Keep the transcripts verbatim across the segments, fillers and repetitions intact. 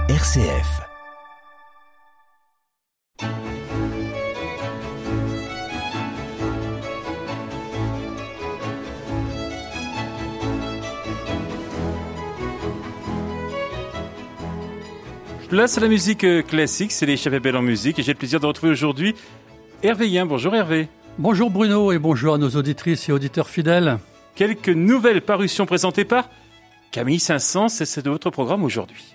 R C F. Place à la musique classique, c'est les Échappées Belles en musique et j'ai le plaisir de retrouver aujourd'hui Hervé Guin. Bonjour Hervé. Bonjour Bruno et bonjour à nos auditrices et auditeurs fidèles. Quelques nouvelles parutions présentées par Camille Saint-Saëns et c'est de votre programme aujourd'hui.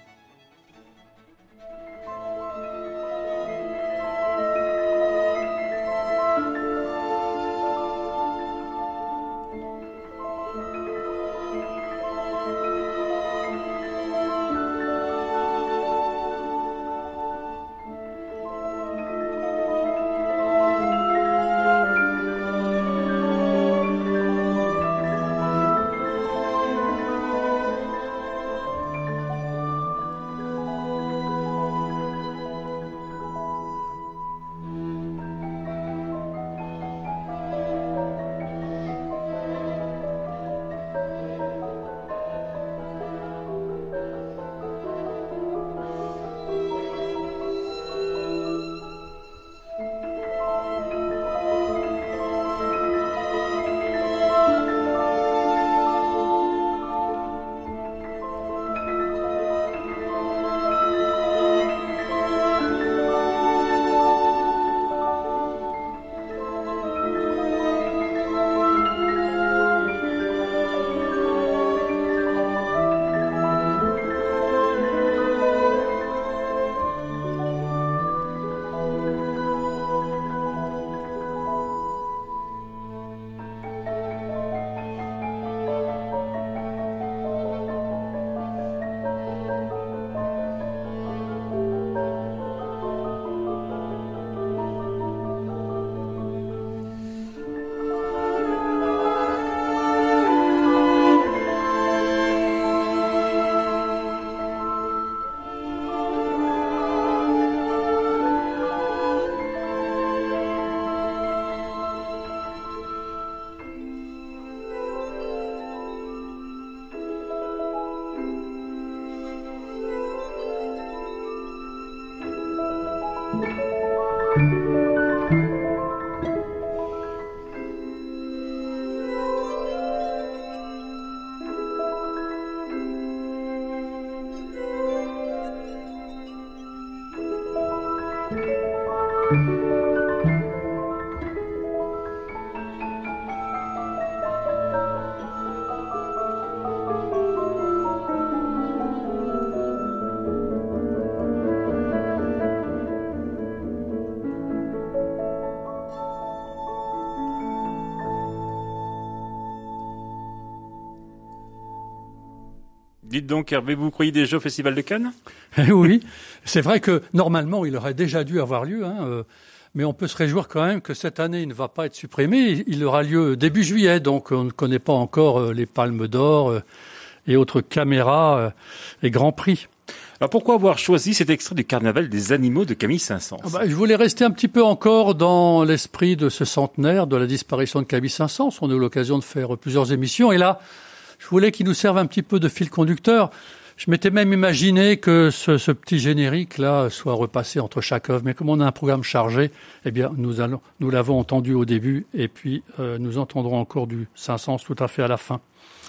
Dites donc, Hervé, vous croyez déjà au Festival de Cannes ? Oui, c'est vrai que normalement, il aurait déjà dû avoir lieu, hein, euh, mais on peut se réjouir quand même que cette année, il ne va pas être supprimé. Il aura lieu début juillet, donc on ne connaît pas encore euh, les Palmes d'Or euh, et autres caméras euh, et Grands Prix. Alors pourquoi avoir choisi cet extrait du Carnaval des animaux de Camille Saint-Saëns ? Ah bah, je voulais rester un petit peu encore dans l'esprit de ce centenaire de la disparition de Camille Saint-Saëns. On a eu l'occasion de faire plusieurs émissions et là, je voulais qu'il nous serve un petit peu de fil conducteur. Je m'étais même imaginé que ce, ce petit générique-là soit repassé entre chaque œuvre. Mais comme on a un programme chargé, eh bien, nous allons, nous l'avons entendu au début et puis euh, nous entendrons encore du Saint-Saëns tout à fait à la fin.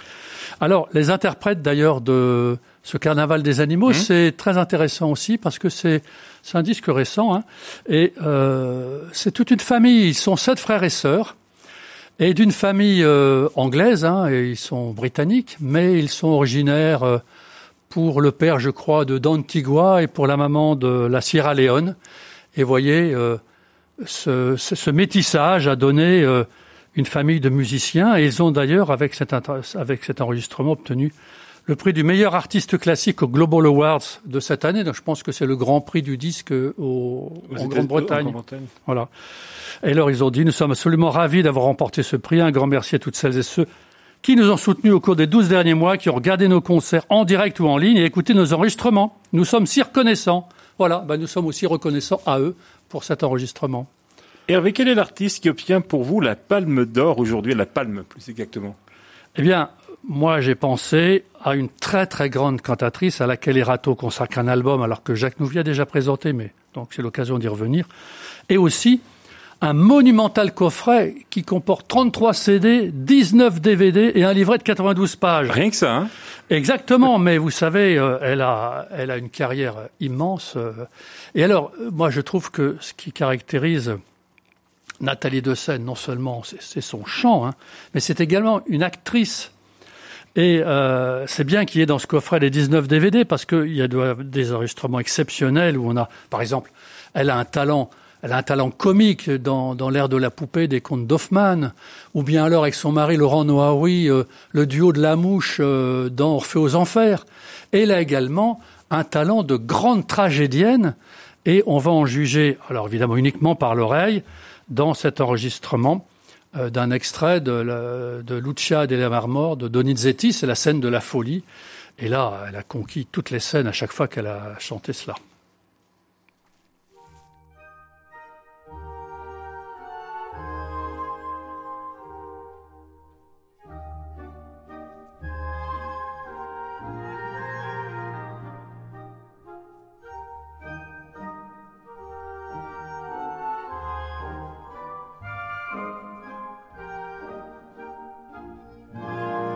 Alors, les interprètes d'ailleurs de ce Carnaval des animaux, mmh. c'est très intéressant aussi parce que c'est, c'est un disque récent, hein, et euh, c'est toute une famille. Ils sont sept frères et sœurs. Et d'une famille euh, anglaise, hein, et ils sont britanniques, mais ils sont originaires, euh, pour le père, je crois, de d'Antigua et pour la maman de la Sierra Leone. Et voyez, euh, ce, ce, ce métissage a donné euh, une famille de musiciens. Et ils ont d'ailleurs, avec cet, avec cet enregistrement, obtenu le prix du meilleur artiste classique au Global Awards de cette année. Donc je pense que c'est le grand prix du disque au, en Grande-Bretagne. En Grande-Bretagne. Voilà. Et alors ils ont dit, nous sommes absolument ravis d'avoir remporté ce prix. Un grand merci à toutes celles et ceux qui nous ont soutenus au cours des douze derniers mois, qui ont regardé nos concerts en direct ou en ligne et écouté nos enregistrements. Nous sommes si reconnaissants. Voilà, ben nous sommes aussi reconnaissants à eux pour cet enregistrement. Hervé, quel est l'artiste qui obtient pour vous la Palme d'Or aujourd'hui, la Palme plus exactement ? Eh bien, moi, j'ai pensé à une très très grande cantatrice à laquelle Erato consacre un album, alors que Jacques Nouvier a déjà présenté, mais donc c'est l'occasion d'y revenir. Et aussi un monumental coffret qui comporte trente-trois C D, dix-neuf D V D et un livret de quatre-vingt-douze pages. Rien que ça, hein? Exactement, mais vous savez, euh, elle a, elle a une carrière immense. Euh, et alors, moi, je trouve que ce qui caractérise Nathalie Dessayne, non seulement c'est, c'est son chant, hein, mais c'est également une actrice. Et euh, c'est bien qu'il y ait dans ce coffret les dix-neuf D V D, parce qu'il y a des enregistrements exceptionnels où on a, par exemple, elle a un talent... Elle a un talent comique dans, dans l'ère de la poupée des contes d'Hoffmann, ou bien alors avec son mari Laurent Noaoui, euh, le duo de la mouche euh, dans Orphée aux Enfers. Et elle a également un talent de grande tragédienne, et on va en juger, alors évidemment uniquement par l'oreille, dans cet enregistrement euh, d'un extrait de, la, de Lucia della Marmore de Donizetti, c'est la scène de la folie. Et là, elle a conquis toutes les scènes à chaque fois qu'elle a chanté cela.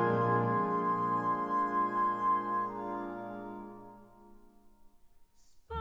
Spy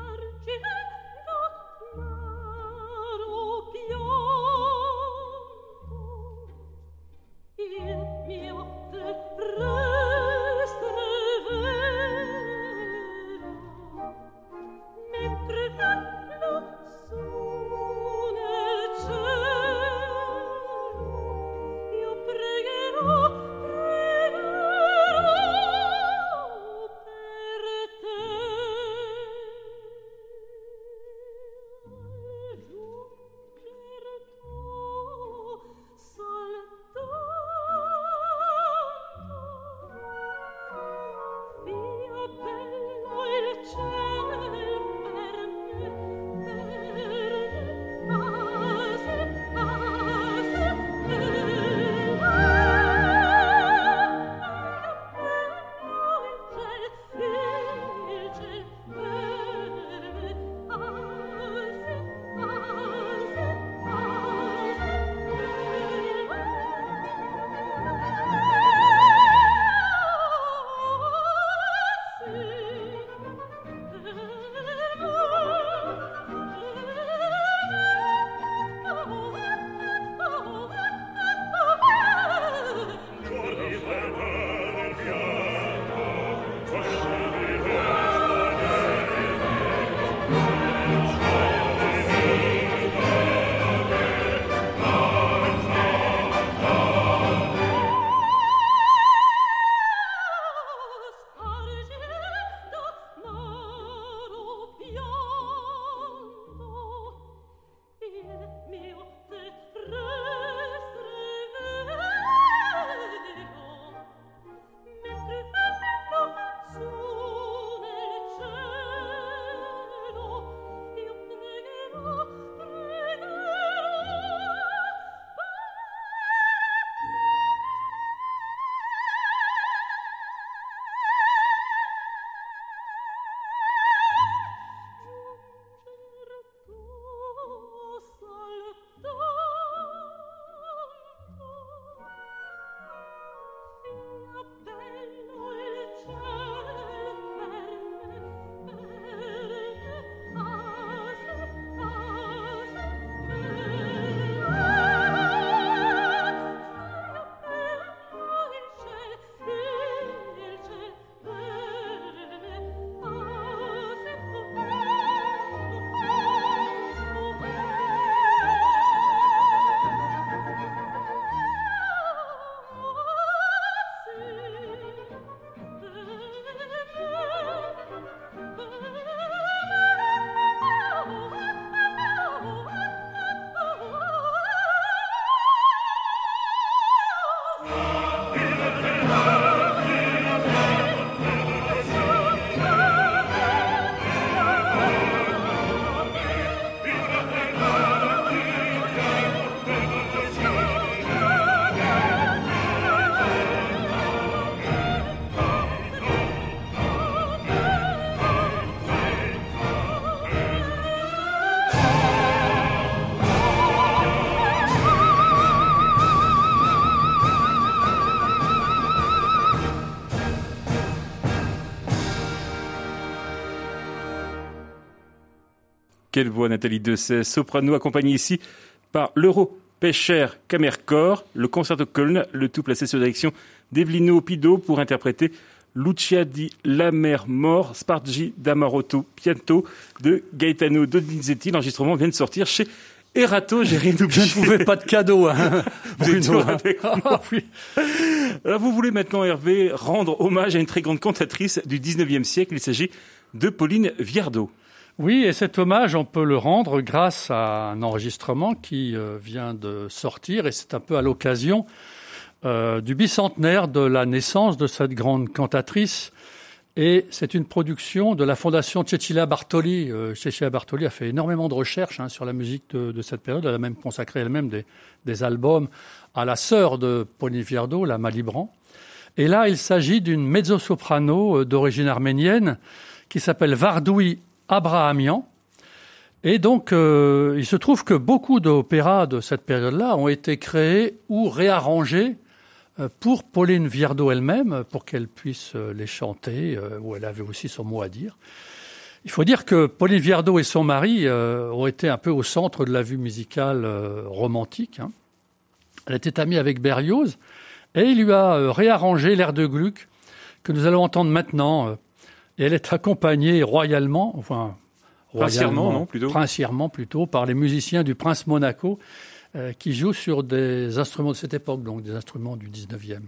quelle voix, Nathalie Dessay, soprano, accompagnée ici par l'Euro Pecher Kammerchor, le Concerto Köln, le tout placé sous la direction d'Evelino Pido pour interpréter Lucia di La Mer Mort, Spargi d'Amarotto Pianto de Gaetano Donizetti. L'enregistrement vient de sortir chez Erato. J'ai rien oublié. Je ne pouvais pas de cadeau. Hein. Vous êtes Bruno, hein. avec moi. Ah, oui. Alors vous voulez maintenant, Hervé, rendre hommage à une très grande cantatrice du dix-neuvième siècle. Il s'agit de Pauline Viardot. Oui, et cet hommage, on peut le rendre grâce à un enregistrement qui euh, vient de sortir, et c'est un peu à l'occasion euh, du bicentenaire de la naissance de cette grande cantatrice. Et c'est une production de la fondation Cecilia Bartoli. Euh, Cecilia Bartoli a fait énormément de recherches hein, sur la musique de, de cette période. Elle a même consacré elle-même des, des albums à la sœur de Pauline Viardot, la Malibran. Et là, il s'agit d'une mezzo-soprano euh, d'origine arménienne qui s'appelle Vardoui Abrahamian. Et donc, euh, il se trouve que beaucoup d'opéras de cette période-là ont été créés ou réarrangés euh, pour Pauline Viardot elle-même, pour qu'elle puisse euh, les chanter, euh, où elle avait aussi son mot à dire. Il faut dire que Pauline Viardot et son mari euh, ont été un peu au centre de la vue musicale euh, romantique. Hein. Elle était amie avec Berlioz, et il lui a euh, réarrangé l'air de Gluck, que nous allons entendre maintenant. Euh, Et elle est accompagnée royalement, enfin princièrement, non, plutôt princièrement plutôt par les musiciens du Prince Monaco euh, qui jouent sur des instruments de cette époque, donc des instruments du dix-neuvième.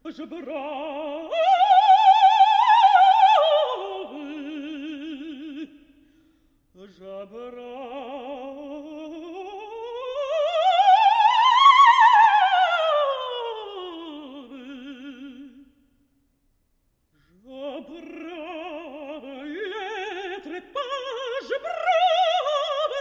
je brave, je brave, lettre page brave,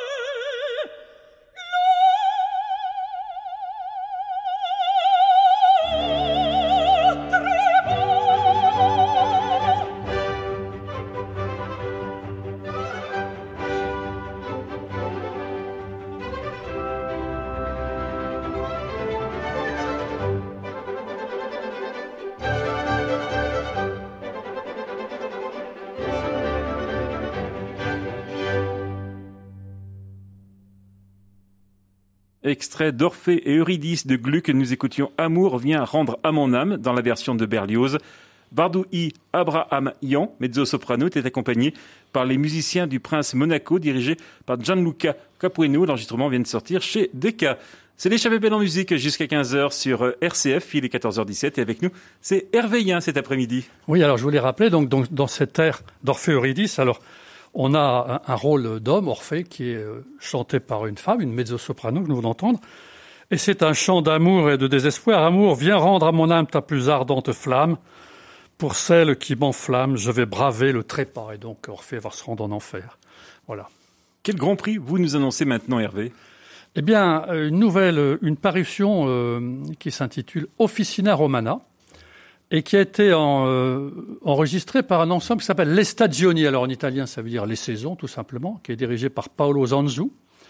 Extrait d'Orphée et Eurydice de Gluck, nous écoutions Amour vient rendre à mon âme dans la version de Berlioz. Bardou-I Abraham-Yan, mezzo-soprano, était accompagné par les musiciens du Prince Monaco, dirigés par Gianluca Capueno. L'enregistrement vient de sortir chez Decca. C'est l'échappée belle en musique jusqu'à quinze heures sur R C F, il est quatorze heures dix-sept et avec nous, c'est Hervé Yen cet après-midi. Oui, alors je voulais rappeler, donc, donc dans cette ère d'Orphée Eurydice, alors on a un, un rôle d'homme, Orphée, qui est chanté par une femme, une mezzo-soprano que nous venons d'entendre. Et c'est un chant d'amour et de désespoir. Amour, viens rendre à mon âme ta plus ardente flamme. Pour celle qui m'enflamme, je vais braver le trépas. Et donc Orphée va se rendre en enfer. Voilà. Quel grand prix vous nous annoncez maintenant, Hervé ? Eh bien, une nouvelle, une parution euh, qui s'intitule Officina Romana, et qui a été en, euh, enregistré par un ensemble qui s'appelle Les Stagioni. Alors en italien, ça veut dire les saisons, tout simplement, qui est dirigé par Paolo Zanzu,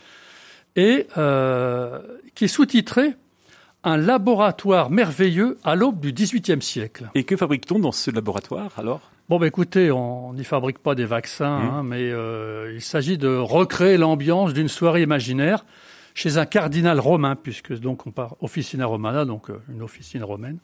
et euh, qui est sous-titré Un laboratoire merveilleux à l'aube du dix-huitième siècle. Et que fabrique-t-on dans ce laboratoire, alors ? Bon, bah, écoutez, on n'y fabrique pas des vaccins, mmh. hein, mais euh, il s'agit de recréer l'ambiance d'une soirée imaginaire chez un cardinal romain, puisque donc on part Officina Romana, donc euh, une officine romaine.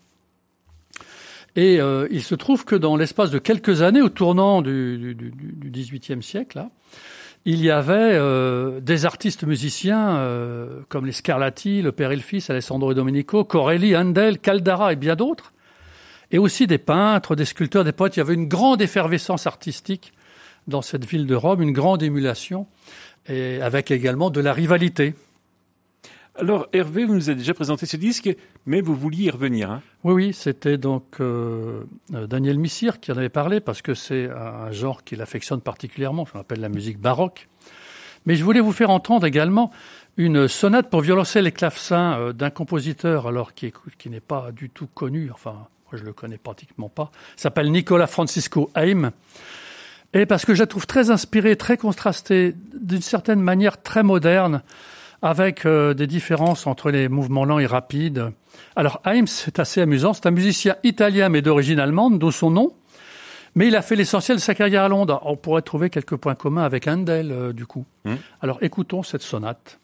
Et euh, il se trouve que dans l'espace de quelques années, au tournant du, du, du dix-huitième siècle, là, il y avait euh, des artistes musiciens euh, comme les Scarlatti, le père et le fils, Alessandro et Domenico, Corelli, Handel, Caldara et bien d'autres. Et aussi des peintres, des sculpteurs, des poètes. Il y avait une grande effervescence artistique dans cette ville de Rome, une grande émulation, et avec également de la rivalité. Alors, Hervé, vous nous avez déjà présenté ce disque, mais vous vouliez y revenir, hein ? Oui, oui, c'était donc euh, Daniel Missire qui en avait parlé, parce que c'est un genre qu'il affectionne particulièrement, qu'on appelle la musique baroque. Mais je voulais vous faire entendre également une sonate pour violoncelle et clavecin euh, d'un compositeur, alors qui, qui n'est pas du tout connu, enfin, moi je le connais pratiquement pas, il s'appelle Nicolas Francisco Haim, et parce que je la trouve très inspirée, très contrastée, d'une certaine manière très moderne, avec euh, des différences entre les mouvements lents et rapides. Alors Haim, c'est assez amusant, c'est un musicien italien mais d'origine allemande, d'où son nom, mais il a fait l'essentiel de sa carrière à Londres. On pourrait trouver quelques points communs avec Handel, euh, du coup. Mmh. Alors écoutons cette sonate.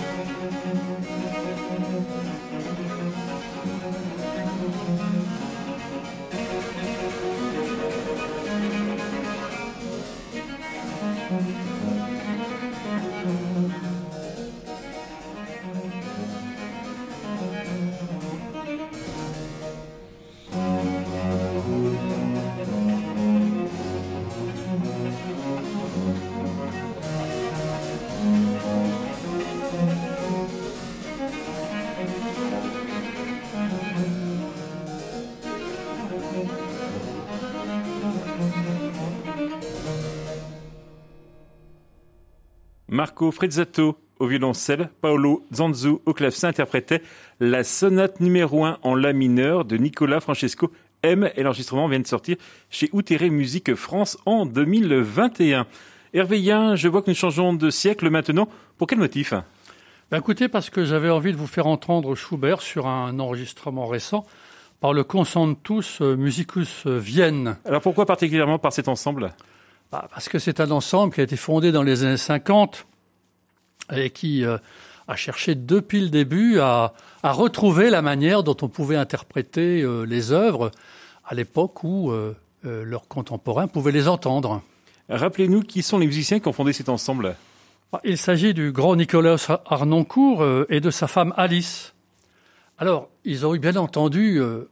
Marco Frezzatto au violoncelle, Paolo Zanzu au clavecin interprétait la sonate numéro un en la mineur de Nicolas Francesco M et l'enregistrement vient de sortir chez Outeré Musique France en deux mille vingt et un. Hervé Yen, je vois que nous changeons de siècle maintenant. Pour quel motif ? Ben écoutez, parce que j'avais envie de vous faire entendre Schubert sur un enregistrement récent par le Concertus Musicus Vienne. Alors pourquoi particulièrement par cet ensemble ? Bah, parce que c'est un ensemble qui a été fondé dans les années cinquante et qui euh, a cherché depuis le début à, à retrouver la manière dont on pouvait interpréter euh, les œuvres à l'époque où euh, euh, leurs contemporains pouvaient les entendre. Rappelez-nous qui sont les musiciens qui ont fondé cet ensemble. Il s'agit du grand Nicolas Harnoncourt euh, et de sa femme Alice. Alors, ils ont eu bien entendu... Euh,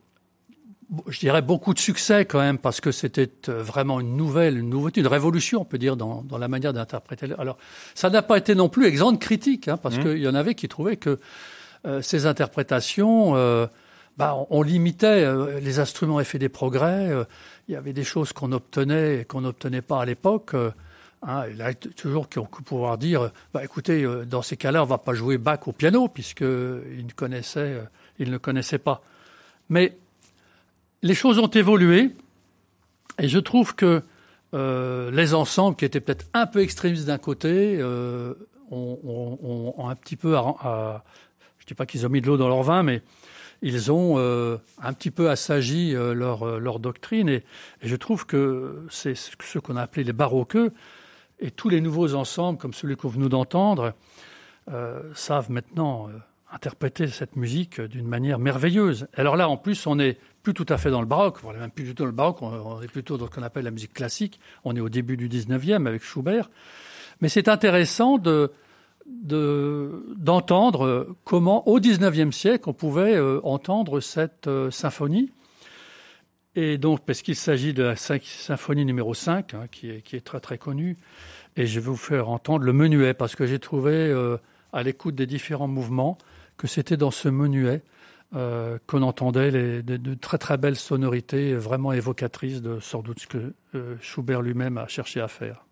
je dirais beaucoup de succès quand même, parce que c'était vraiment une nouvelle, une nouveauté, une révolution, on peut dire, dans, dans la manière d'interpréter. Alors, ça n'a pas été non plus exempt de critiques, hein, parce mmh. qu'il y en avait qui trouvaient que euh, ces interprétations, euh, bah, on, on limitait, euh, les instruments avaient fait des progrès, euh, il y avait des choses qu'on obtenait et qu'on n'obtenait pas à l'époque. Euh, hein, et là, toujours qu'on peut pouvoir dire, bah, écoutez, euh, dans ces cas-là, on ne va pas jouer Bach au piano, puisqu'ils ne connaissaient, euh, ils ne connaissaient pas. Mais les choses ont évolué et je trouve que euh, les ensembles, qui étaient peut-être un peu extrémistes d'un côté, euh, ont, ont, ont un petit peu, à, à, je ne dis pas qu'ils ont mis de l'eau dans leur vin, mais ils ont euh, un petit peu assagi euh, leur, leur doctrine. Et, et je trouve que c'est ce qu'on a appelé les baroqueux et tous les nouveaux ensembles, comme celui qu'on vient d'entendre, euh, savent maintenant euh, interpréter cette musique d'une manière merveilleuse. Alors là, en plus, on n'est plus tout à fait dans le baroque, on n'est même plus du tout dans le baroque, on est plutôt dans ce qu'on appelle la musique classique. On est au début du dix-neuvième avec Schubert. Mais c'est intéressant de, de, d'entendre comment, au dix-neuvième siècle, on pouvait euh, entendre cette euh, symphonie. Et donc, parce qu'il s'agit de la symphonie numéro cinq, hein, qui est, qui est très très connue. Et je vais vous faire entendre le menuet, parce que j'ai trouvé, euh, à l'écoute des différents mouvements, que c'était dans ce menuet Euh, qu'on entendait les, de, de très très belles sonorités vraiment évocatrices de sans doute ce que euh, Schubert lui-même a cherché à faire.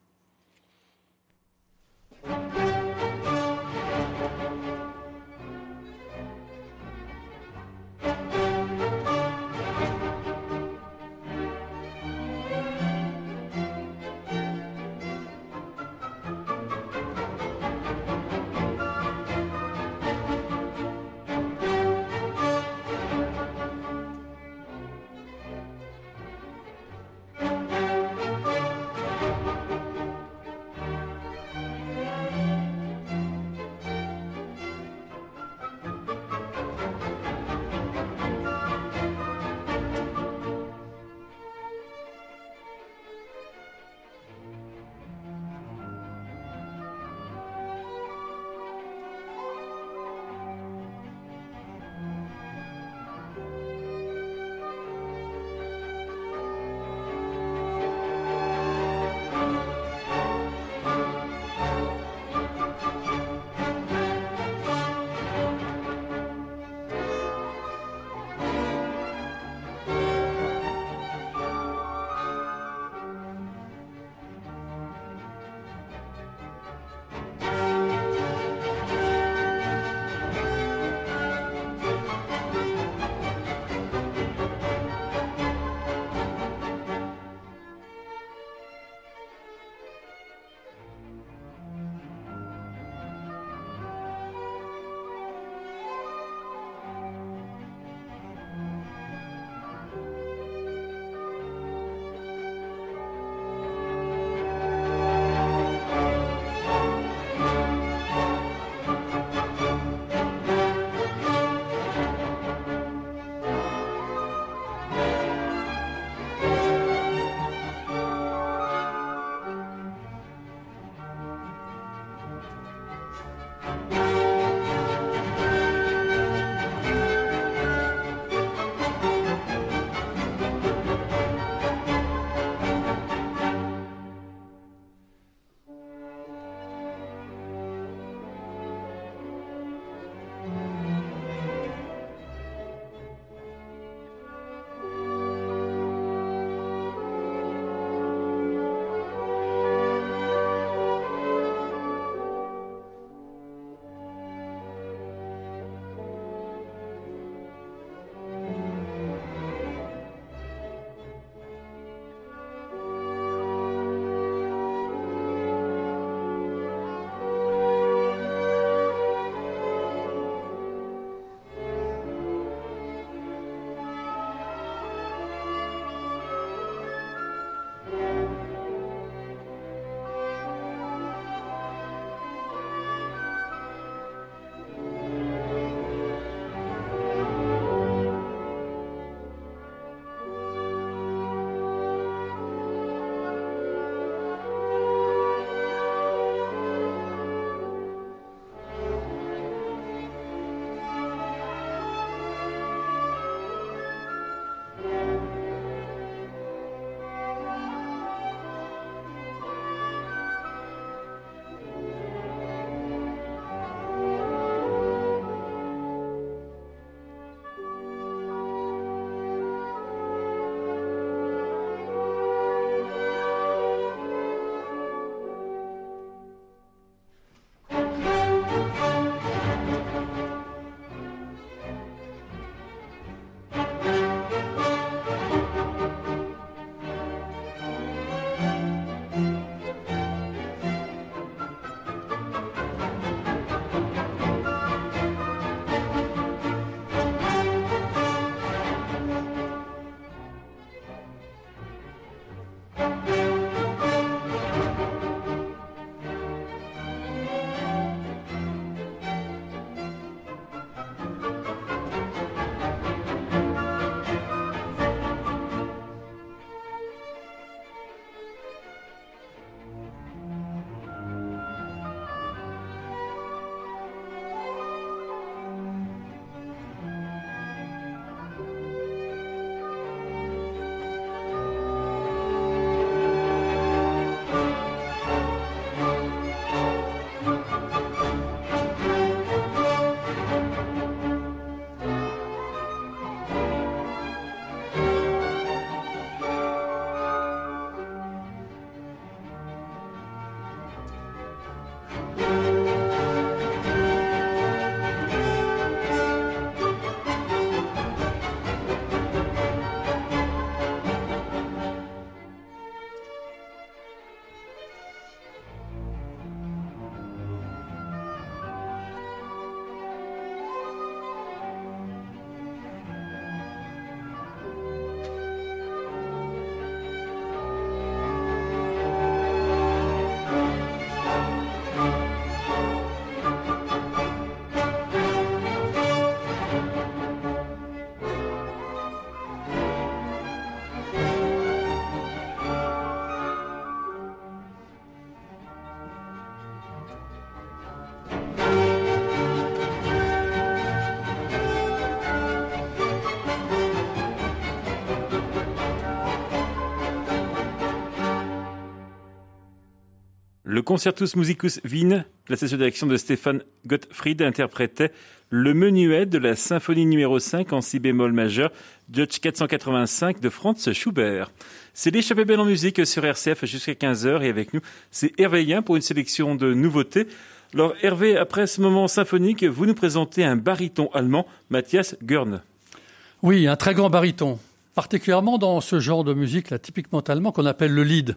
Le Concertus Musicus Wien, la session de direction de Stefan Gottfried, interprétait le menuet de la symphonie numéro cinq en si bémol majeur, Deutsch quatre cent quatre-vingt-cinq de Franz Schubert. C'est l'échappée belle en musique sur R C F jusqu'à quinze heures et avec nous, c'est Hervé Yen pour une sélection de nouveautés. Alors Hervé, après ce moment symphonique, vous nous présentez un baryton allemand, Matthias Görn. Oui, un très grand baryton, particulièrement dans ce genre de musique là, typiquement allemand qu'on appelle le Lied.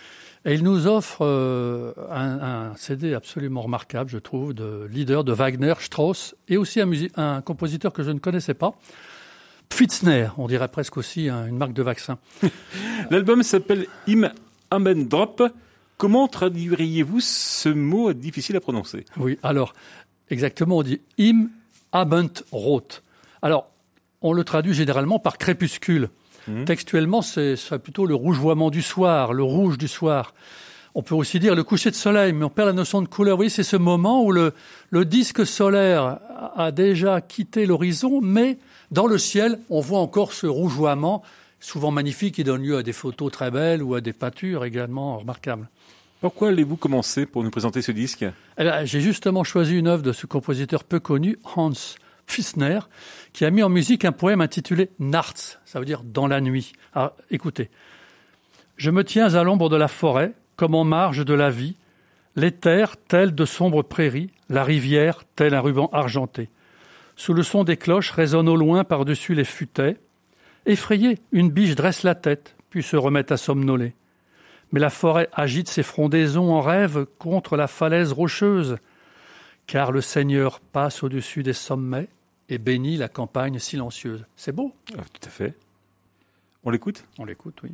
Et il nous offre euh, un, un C D absolument remarquable, je trouve, de Lieder de Wagner, Strauss, et aussi un, musi- un compositeur que je ne connaissais pas, Pfitzner, on dirait presque aussi hein, une marque de vaccin. L'album s'appelle Im Abendrop. Comment traduiriez-vous ce mot difficile à prononcer ? Oui, alors, exactement, on dit Im Abendrot. Alors, on le traduit généralement par crépuscule. Mmh. Textuellement, c'est, c'est plutôt le rougeoiement du soir, le rouge du soir. On peut aussi dire le coucher de soleil, mais on perd la notion de couleur. Vous voyez, c'est ce moment où le, le disque solaire a déjà quitté l'horizon, mais dans le ciel, on voit encore ce rougeoiement, souvent magnifique, qui donne lieu à des photos très belles ou à des peintures également remarquables. Pourquoi allez-vous commencer pour nous présenter ce disque ? Eh bien, j'ai justement choisi une œuvre de ce compositeur peu connu, Hans Pfister, qui a mis en musique un poème intitulé « Nachts », ça veut dire « dans la nuit ». Alors, écoutez. « Je me tiens à l'ombre de la forêt, comme en marge de la vie, les terres telles de sombres prairies, la rivière tel un ruban argenté. Sous le son des cloches résonne au loin par-dessus les futaies. Effrayée, une biche dresse la tête, puis se remet à somnoler. Mais la forêt agite ses frondaisons en rêve contre la falaise rocheuse, car le Seigneur passe au-dessus des sommets et bénit la campagne silencieuse. » C'est beau. Ah, tout à fait. On l'écoute ? On l'écoute, oui.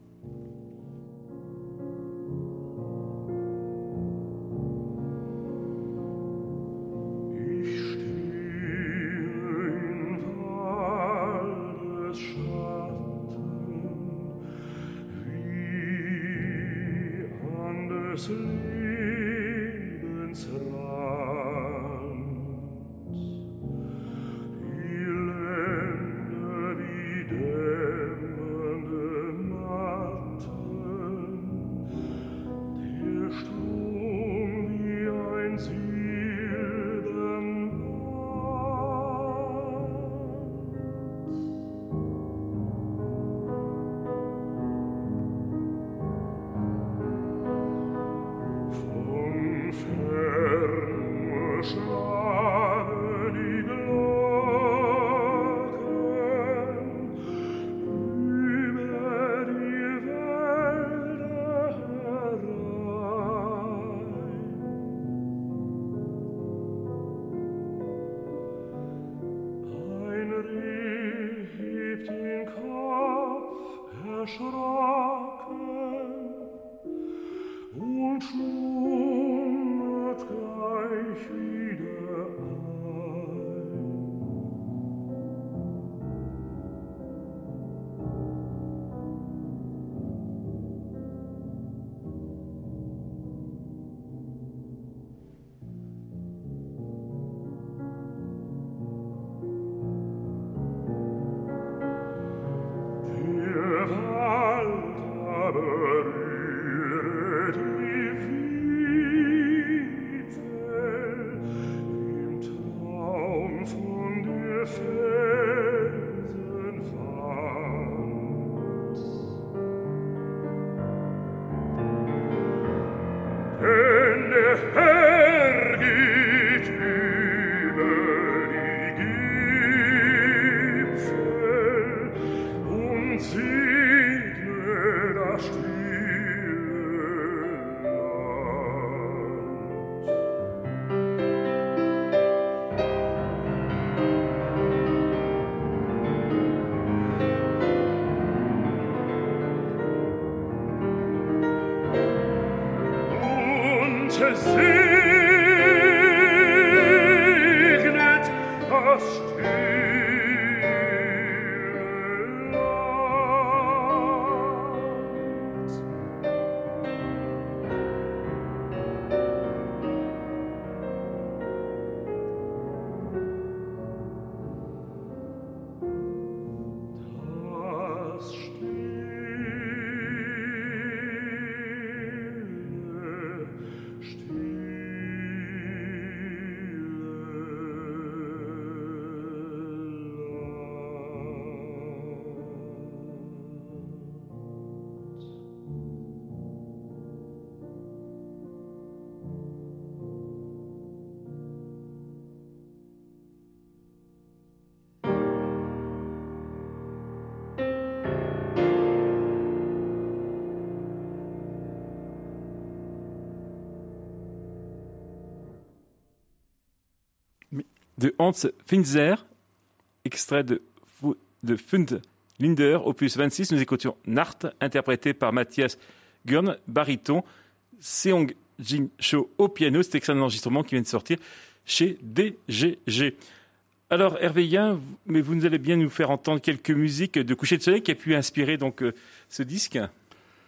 De Hans Pfister, extrait de, de Fünf Lieder, opus vingt-six, nous écoutions Nacht, interprété par Matthias Gurn, baryton, Seong Jin Cho au piano. C'est extrait d'un enregistrement qui vient de sortir chez D G G. Alors Hervé Yen, mais vous nous allez bien nous faire entendre quelques musiques de Coucher de soleil qui a pu inspirer donc euh, ce disque.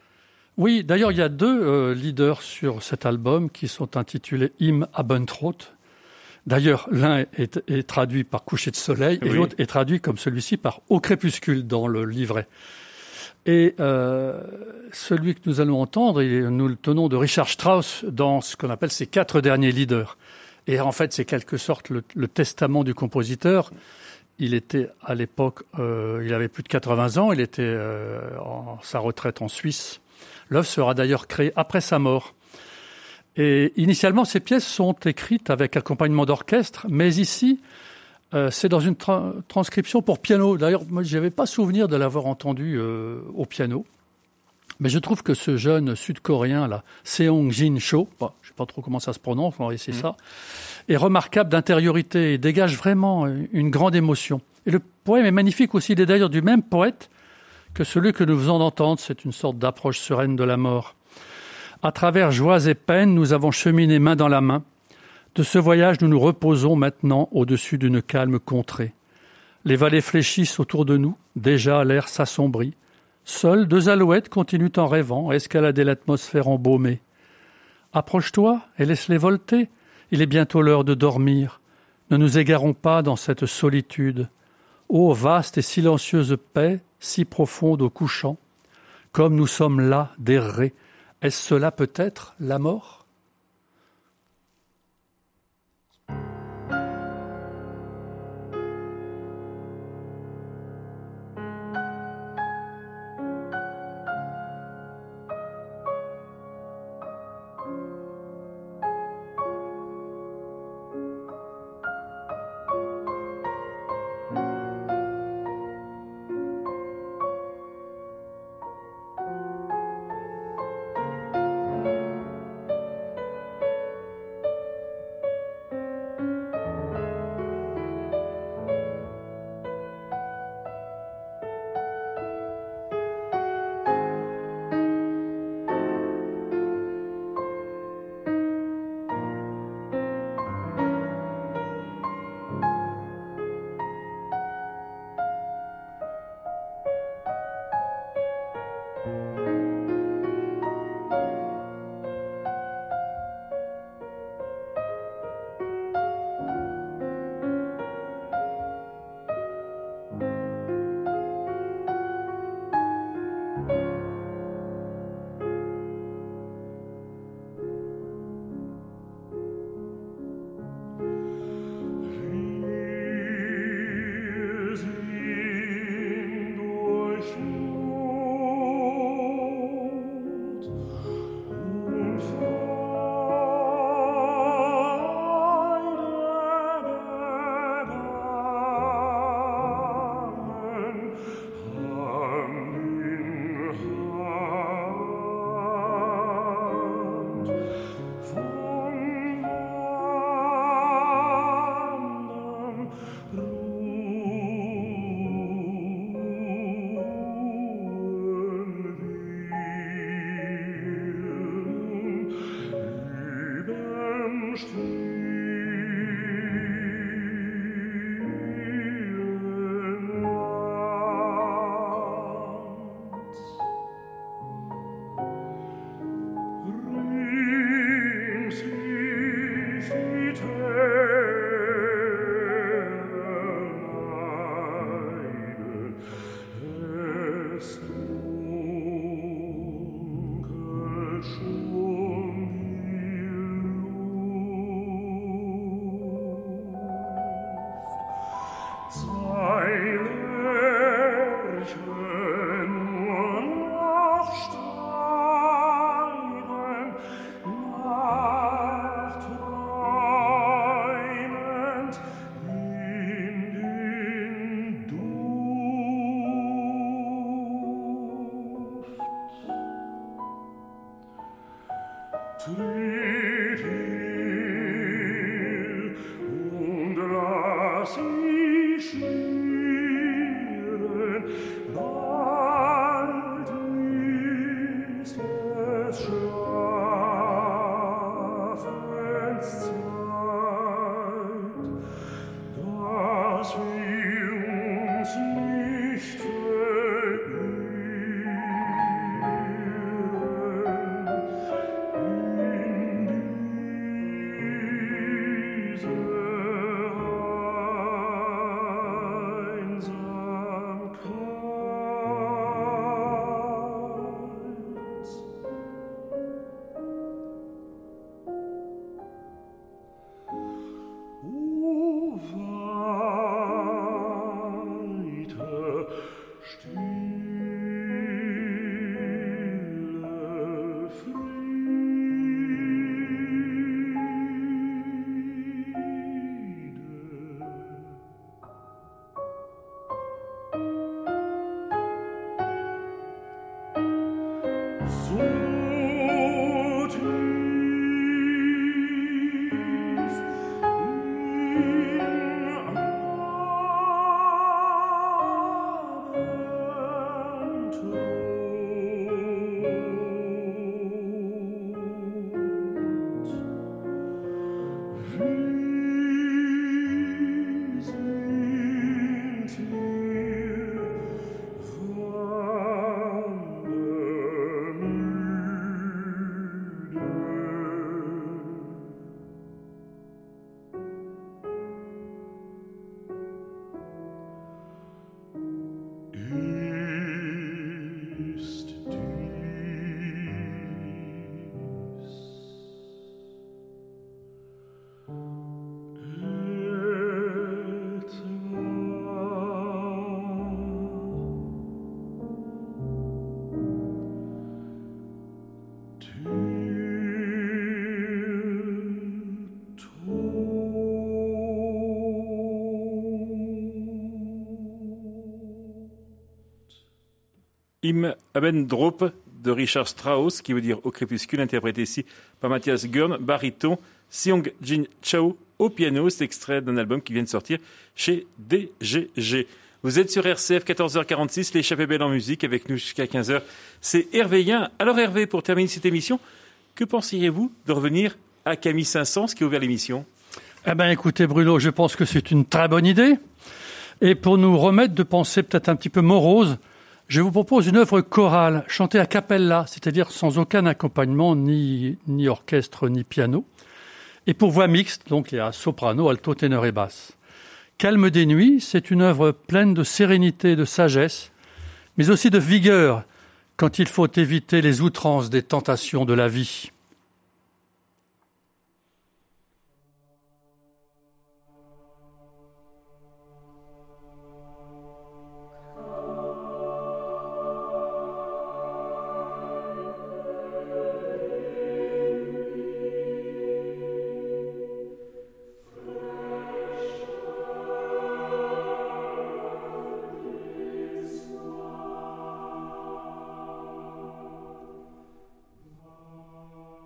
Oui, d'ailleurs, il y a deux euh, leaders sur cet album qui sont intitulés Im Abendrot. D'ailleurs, l'un est, est traduit par Coucher de soleil et oui. l'autre est traduit comme celui-ci par Au crépuscule dans le livret. Et euh, celui que nous allons entendre, nous le tenons de Richard Strauss dans ce qu'on appelle ses quatre derniers leaders. Et en fait, c'est quelque sorte le, le testament du compositeur. Il était à l'époque, euh, il avait plus de quatre-vingts ans, il était euh, en sa retraite en Suisse. L'œuvre sera d'ailleurs créée après sa mort. Et initialement, ces pièces sont écrites avec accompagnement d'orchestre, mais ici, euh, c'est dans une tra- transcription pour piano. D'ailleurs, moi, je n'avais pas souvenir de l'avoir entendu euh, au piano. Mais je trouve que ce jeune Sud-Coréen, là, Seong-jin Cho, bah, je ne sais pas trop comment ça se prononce, on va essayer mmh. ça, est remarquable d'intériorité et dégage vraiment une grande émotion. Et le poème est magnifique aussi. Il est d'ailleurs du même poète que celui que nous venons d'entendre. C'est une sorte d'approche sereine de la mort. À travers joies et peines, nous avons cheminé main dans la main. De ce voyage, nous nous reposons maintenant au-dessus d'une calme contrée. Les vallées fléchissent autour de nous. Déjà, l'air s'assombrit. Seules deux alouettes continuent en rêvant à escalader l'atmosphère embaumée. Approche-toi et laisse-les volter. Il est bientôt l'heure de dormir. Ne nous égarons pas dans cette solitude. Ô vaste et silencieuse paix, si profonde au couchant. Comme nous sommes là d'errer, est-ce cela peut-être la mort ? Im Abendrop de Richard Strauss, qui veut dire au crépuscule, interprété ici par Matthias Görn, baryton, Seong Jin Chao au piano. C'est extrait d'un album qui vient de sortir chez D G G. Vous êtes sur R C F, quatorze heures quarante-six, l'échappée belle en musique, avec nous jusqu'à quinze heures. C'est Hervé Yen. Alors Hervé, pour terminer cette émission, que penseriez-vous de revenir à Camille Saint-Saëns qui a ouvert l'émission? Eh bien écoutez Bruno, je pense que c'est une très bonne idée. Et pour nous remettre de pensée peut-être un petit peu morose, je vous propose une œuvre chorale, chantée a cappella, c'est-à-dire sans aucun accompagnement, ni, ni orchestre, ni piano. Et pour voix mixte, donc il y a soprano, alto, ténor et basse. Calme des nuits, c'est une œuvre pleine de sérénité et de sagesse, mais aussi de vigueur, quand il faut éviter les outrances des tentations de la vie. Oh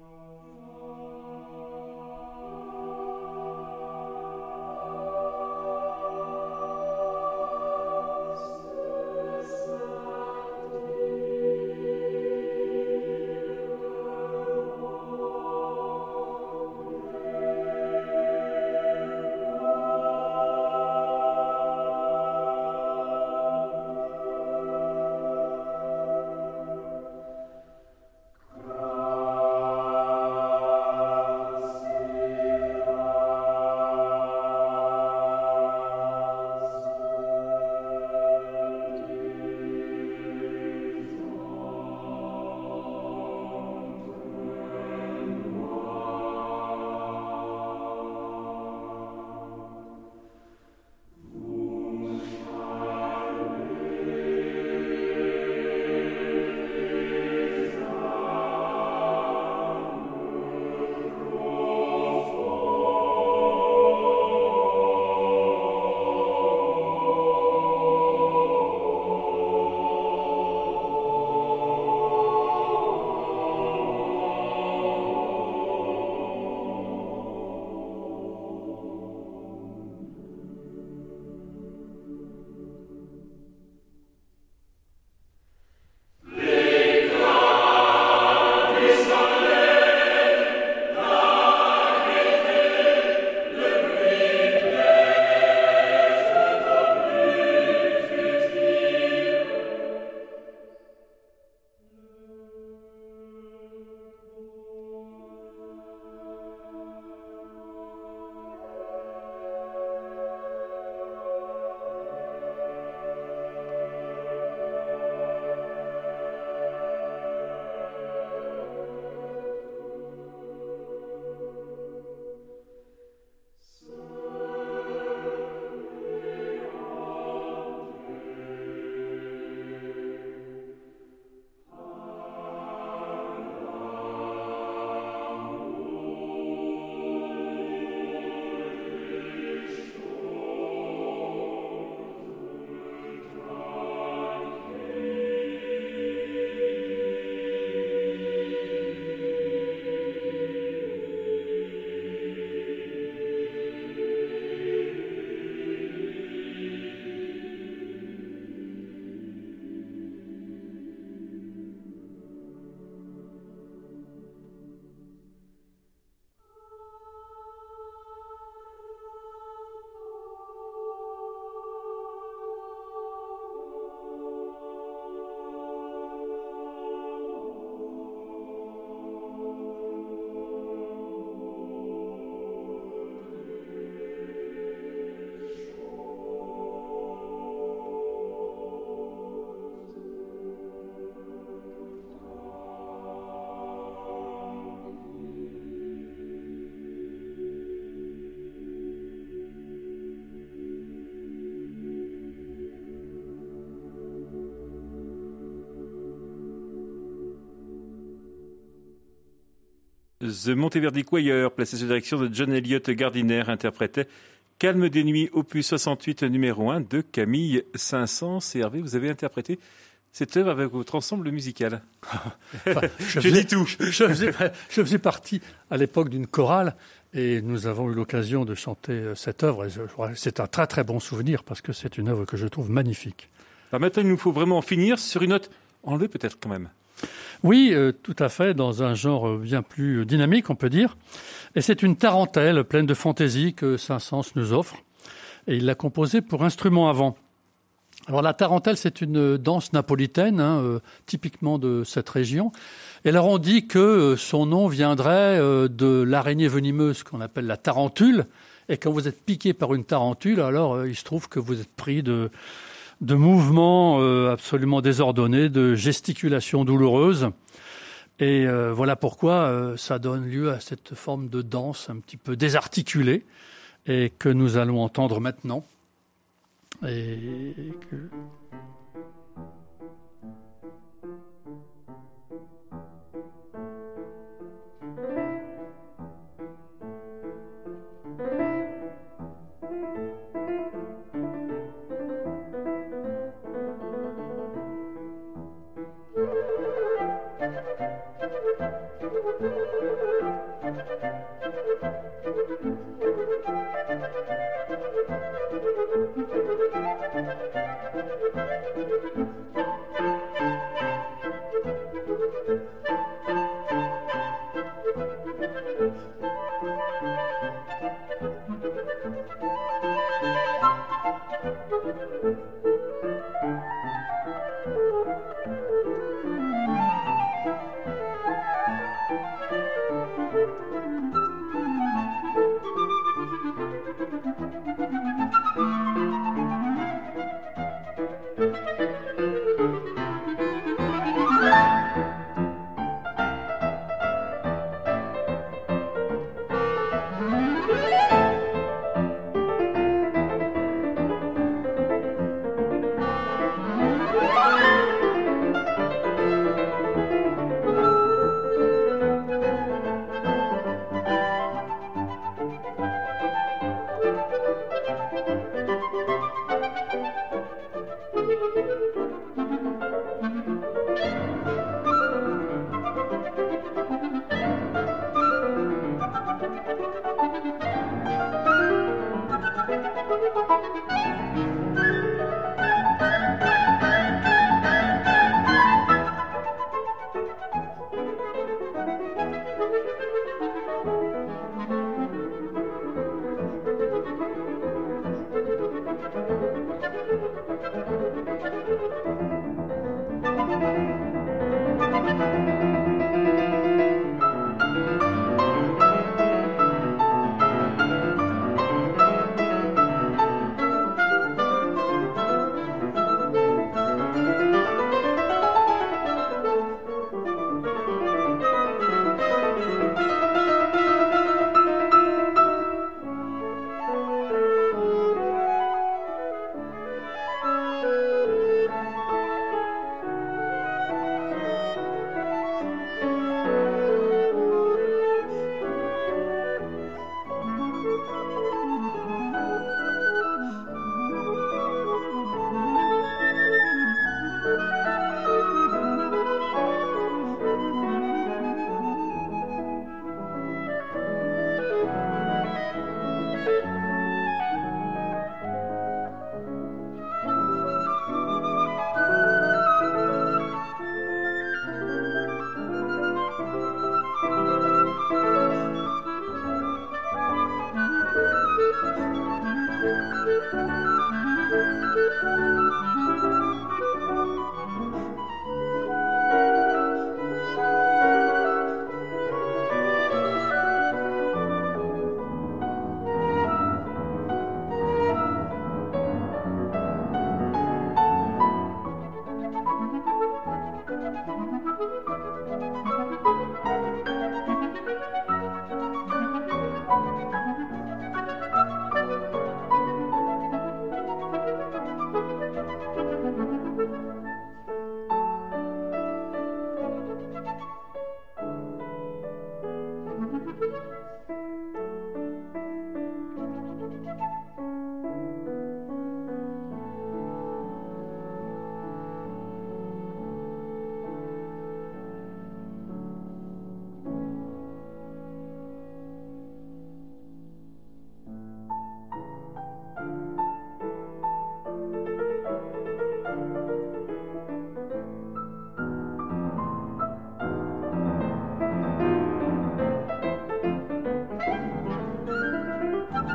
The Monteverdi Choir, placé sous direction de John Elliott Gardiner, interprétait Calme des nuits, opus soixante-huit, numéro un de Camille Saint-Saëns. Et Hervé, vous avez interprété cette œuvre avec votre ensemble musical. Enfin, je, je dis tout. Je, je, faisais, je faisais partie à l'époque d'une chorale et nous avons eu l'occasion de chanter cette œuvre. Et je, c'est un très très bon souvenir parce que c'est une œuvre que je trouve magnifique. Alors maintenant, il nous faut vraiment finir sur une note enlevée peut-être quand même. Oui, euh, tout à fait, dans un genre bien plus dynamique, on peut dire. Et c'est une tarentelle pleine de fantaisie que Saint-Saëns nous offre. Et il l'a composée pour instrument à vent. Alors la tarentelle, c'est une danse napolitaine, hein, euh, typiquement de cette région. Et alors on dit que euh, son nom viendrait euh, de l'araignée venimeuse qu'on appelle la tarentule. Et quand vous êtes piqué par une tarentule, alors euh, il se trouve que vous êtes pris de... de mouvements euh, absolument désordonnés, de gesticulations douloureuses. Et euh, voilà pourquoi euh, ça donne lieu à cette forme de danse un petit peu désarticulée et que nous allons entendre maintenant. Et que...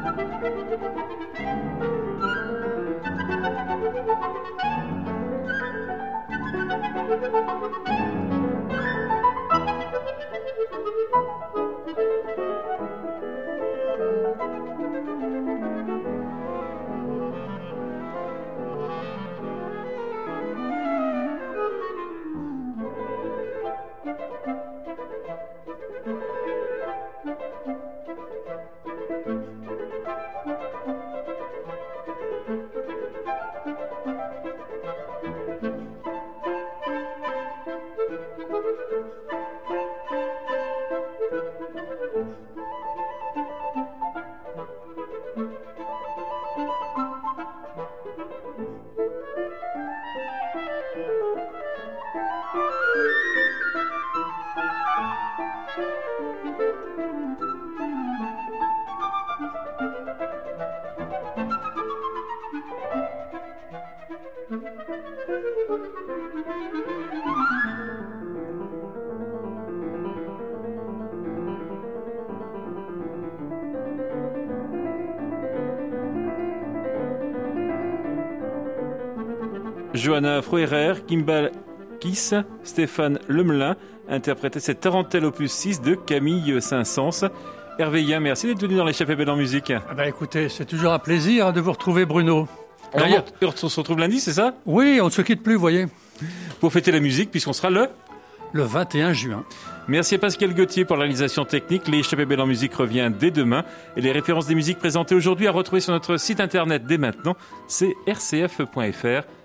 Johanna Froerer, Kimball Kiss, Stéphane Lemelin interprétaient cette tarentelle opus six de Camille Saint-Saëns. Hervé Yen, merci d'être venu dans l'échappée belle en musique. Ah bah écoutez, c'est toujours un plaisir hein, de vous retrouver, Bruno. Alors, on se retrouve lundi, c'est ça? Oui, on ne se quitte plus, vous voyez. Pour fêter la musique, puisqu'on sera le Le vingt et un juin. Merci à Pascal Gauthier pour la réalisation technique. L'échappée belle en musique revient dès demain. Et les références des musiques présentées aujourd'hui à retrouver sur notre site internet dès maintenant, c'est r c f point f r.